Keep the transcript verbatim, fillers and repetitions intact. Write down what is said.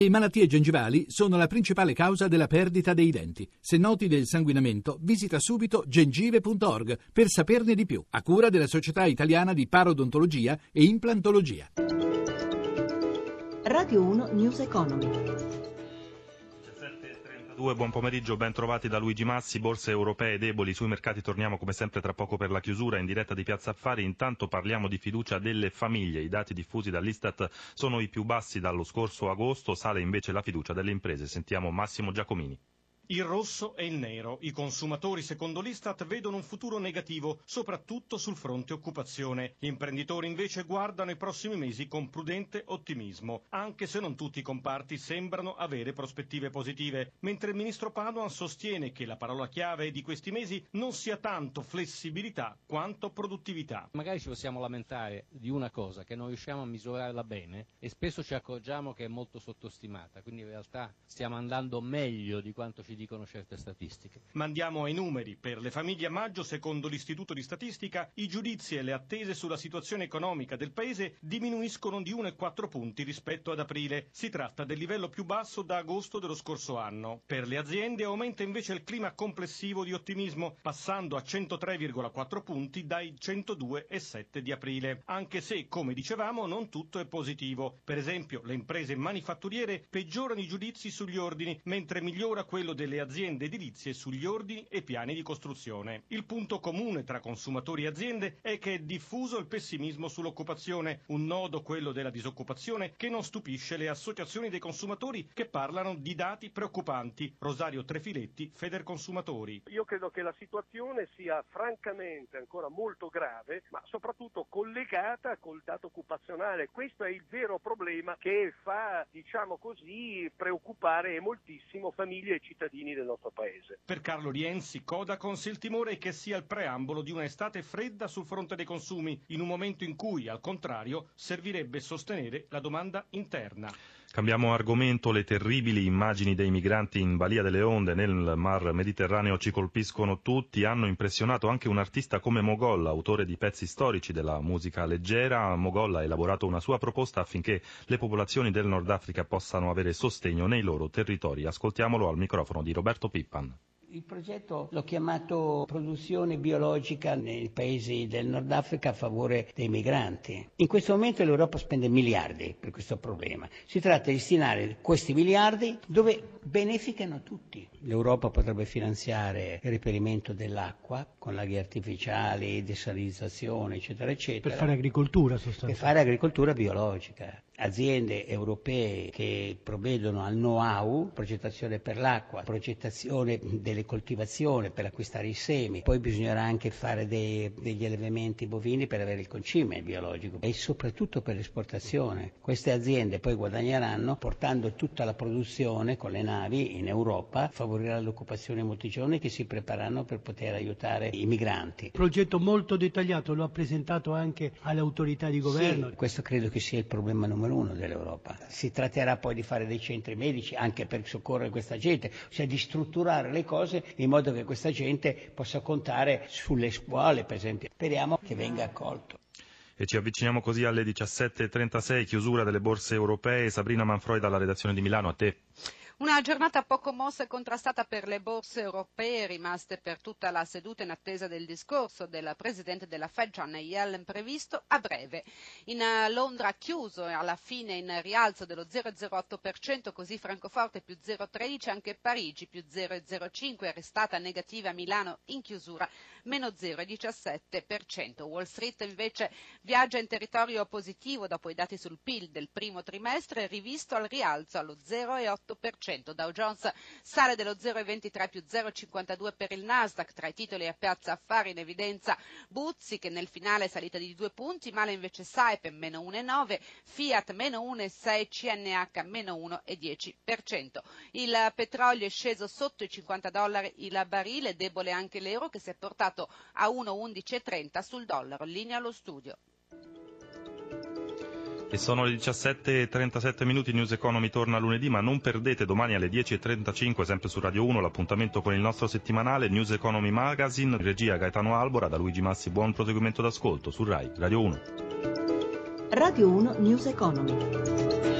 Le malattie gengivali sono la principale causa della perdita dei denti. Se noti del sanguinamento, visita subito gengive punto org per saperne di più, a cura della Società Italiana di Parodontologia e Implantologia. Radio uno News Economy. Buon pomeriggio, ben trovati da Luigi Massi. Borse europee deboli, sui mercati torniamo come sempre tra poco per la chiusura in diretta di Piazza Affari. Intanto parliamo di fiducia delle famiglie. I dati diffusi dall'Istat sono i più bassi dallo scorso agosto, sale invece la fiducia delle imprese. Sentiamo Massimo Giacomini. Il rosso e il nero. I consumatori, secondo l'Istat, vedono un futuro negativo, soprattutto sul fronte occupazione. Gli imprenditori invece guardano i prossimi mesi con prudente ottimismo, anche se non tutti i comparti sembrano avere prospettive positive, mentre il ministro Padoan sostiene che la parola chiave di questi mesi non sia tanto flessibilità quanto produttività. Magari ci possiamo lamentare di una cosa, che non riusciamo a misurarla bene e spesso ci accorgiamo che è molto sottostimata, quindi in realtà stiamo andando meglio di quanto ci dicono certe statistiche. Ma andiamo ai numeri. Per le famiglie a maggio, secondo l'Istituto di Statistica, i giudizi e le attese sulla situazione economica del paese diminuiscono di uno virgola quattro punti rispetto ad aprile. Si tratta del livello più basso da agosto dello scorso anno. Per le aziende aumenta invece il clima complessivo di ottimismo, passando a centotré virgola quattro punti dai centodue virgola sette di aprile. Anche se, come dicevamo, non tutto è positivo. Per esempio, le imprese manifatturiere peggiorano i giudizi sugli ordini, mentre migliora quello delle aziende edilizie sugli ordini e piani di costruzione. Il punto comune tra consumatori e aziende è che è diffuso il pessimismo sull'occupazione, un nodo, quello della disoccupazione, che non stupisce le associazioni dei consumatori che parlano di dati preoccupanti. Rosario Trefiletti, Federconsumatori. Io credo che la situazione sia francamente ancora molto grave, ma soprattutto collegata col dato occupazionale. Questo è il vero problema che fa, diciamo così, preoccupare moltissimo famiglie e cittadini del nostro paese. Per Carlo Rienzi, Codacons, il timore è che sia il preambolo di un'estate fredda sul fronte dei consumi, in un momento in cui, al contrario, servirebbe sostenere la domanda interna. Cambiamo argomento. Le terribili immagini dei migranti in balia delle onde nel mar Mediterraneo ci colpiscono tutti. Hanno impressionato anche un artista come Mogol, autore di pezzi storici della musica leggera. Mogol ha elaborato una sua proposta affinché le popolazioni del Nord Africa possano avere sostegno nei loro territori. Ascoltiamolo al microfono di Roberto Pippan. Il progetto l'ho chiamato produzione biologica nei paesi del Nord Africa a favore dei migranti. In questo momento l'Europa spende miliardi per questo problema. Si tratta di destinare questi miliardi dove beneficano tutti. L'Europa potrebbe finanziare il reperimento dell'acqua con laghi artificiali, desalinizzazione, eccetera, eccetera. Per fare agricoltura sostanzialmente. Per fare agricoltura biologica. Aziende europee che provvedono al know-how, progettazione per l'acqua, progettazione delle coltivazioni per acquistare i semi, poi bisognerà anche fare dei, degli allevamenti bovini per avere il concime biologico e soprattutto per l'esportazione. Queste aziende poi guadagneranno portando tutta la produzione con le navi in Europa, favorirà l'occupazione in molti giorni che si preparano per poter aiutare i migranti. Un progetto molto dettagliato, lo ha presentato anche alle autorità di governo. Sì, questo credo che sia il problema numero uno dell'Europa. Si tratterà poi di fare dei centri medici anche per soccorrere questa gente, cioè di strutturare le cose in modo che questa gente possa contare sulle scuole, per esempio. Speriamo che venga accolto. E ci avviciniamo così alle diciassette e trentasei, chiusura delle borse europee. Sabrina Manfroi dalla redazione di Milano, a te. Una giornata poco mossa e contrastata per le borse europee, rimaste per tutta la seduta in attesa del discorso del presidente della Fed, Janet Yellen, previsto a breve. In Londra chiuso e alla fine in rialzo dello zero virgola zero otto per cento, così Francoforte più zero virgola tredici, anche Parigi più zero virgola zero cinque, è restata negativa Milano in chiusura, meno zero virgola diciassette per cento. Wall Street invece viaggia in territorio positivo dopo i dati sul P I L del primo trimestre, rivisto al rialzo allo zero virgola otto per cento. Dow Jones sale dello zero virgola ventitré più zero virgola cinquantadue per il Nasdaq. Tra i titoli a Piazza Affari in evidenza Buzzi, che nel finale è salita di due punti, male invece Saipem meno uno virgola nove, Fiat meno uno virgola sei, C N H meno uno virgola dieci per cento. Il petrolio è sceso sotto i cinquanta dollari il barile, debole anche l'euro che si è portato a uno virgola undici trenta sul dollaro. Linea allo studio. E sono le diciassette e trentasette minuti, News Economy torna lunedì, ma non perdete domani alle dieci e trentacinque, sempre su Radio uno, l'appuntamento con il nostro settimanale News Economy Magazine, regia Gaetano Albora, da Luigi Massi, buon proseguimento d'ascolto su Rai, Radio uno. Radio uno News Economy.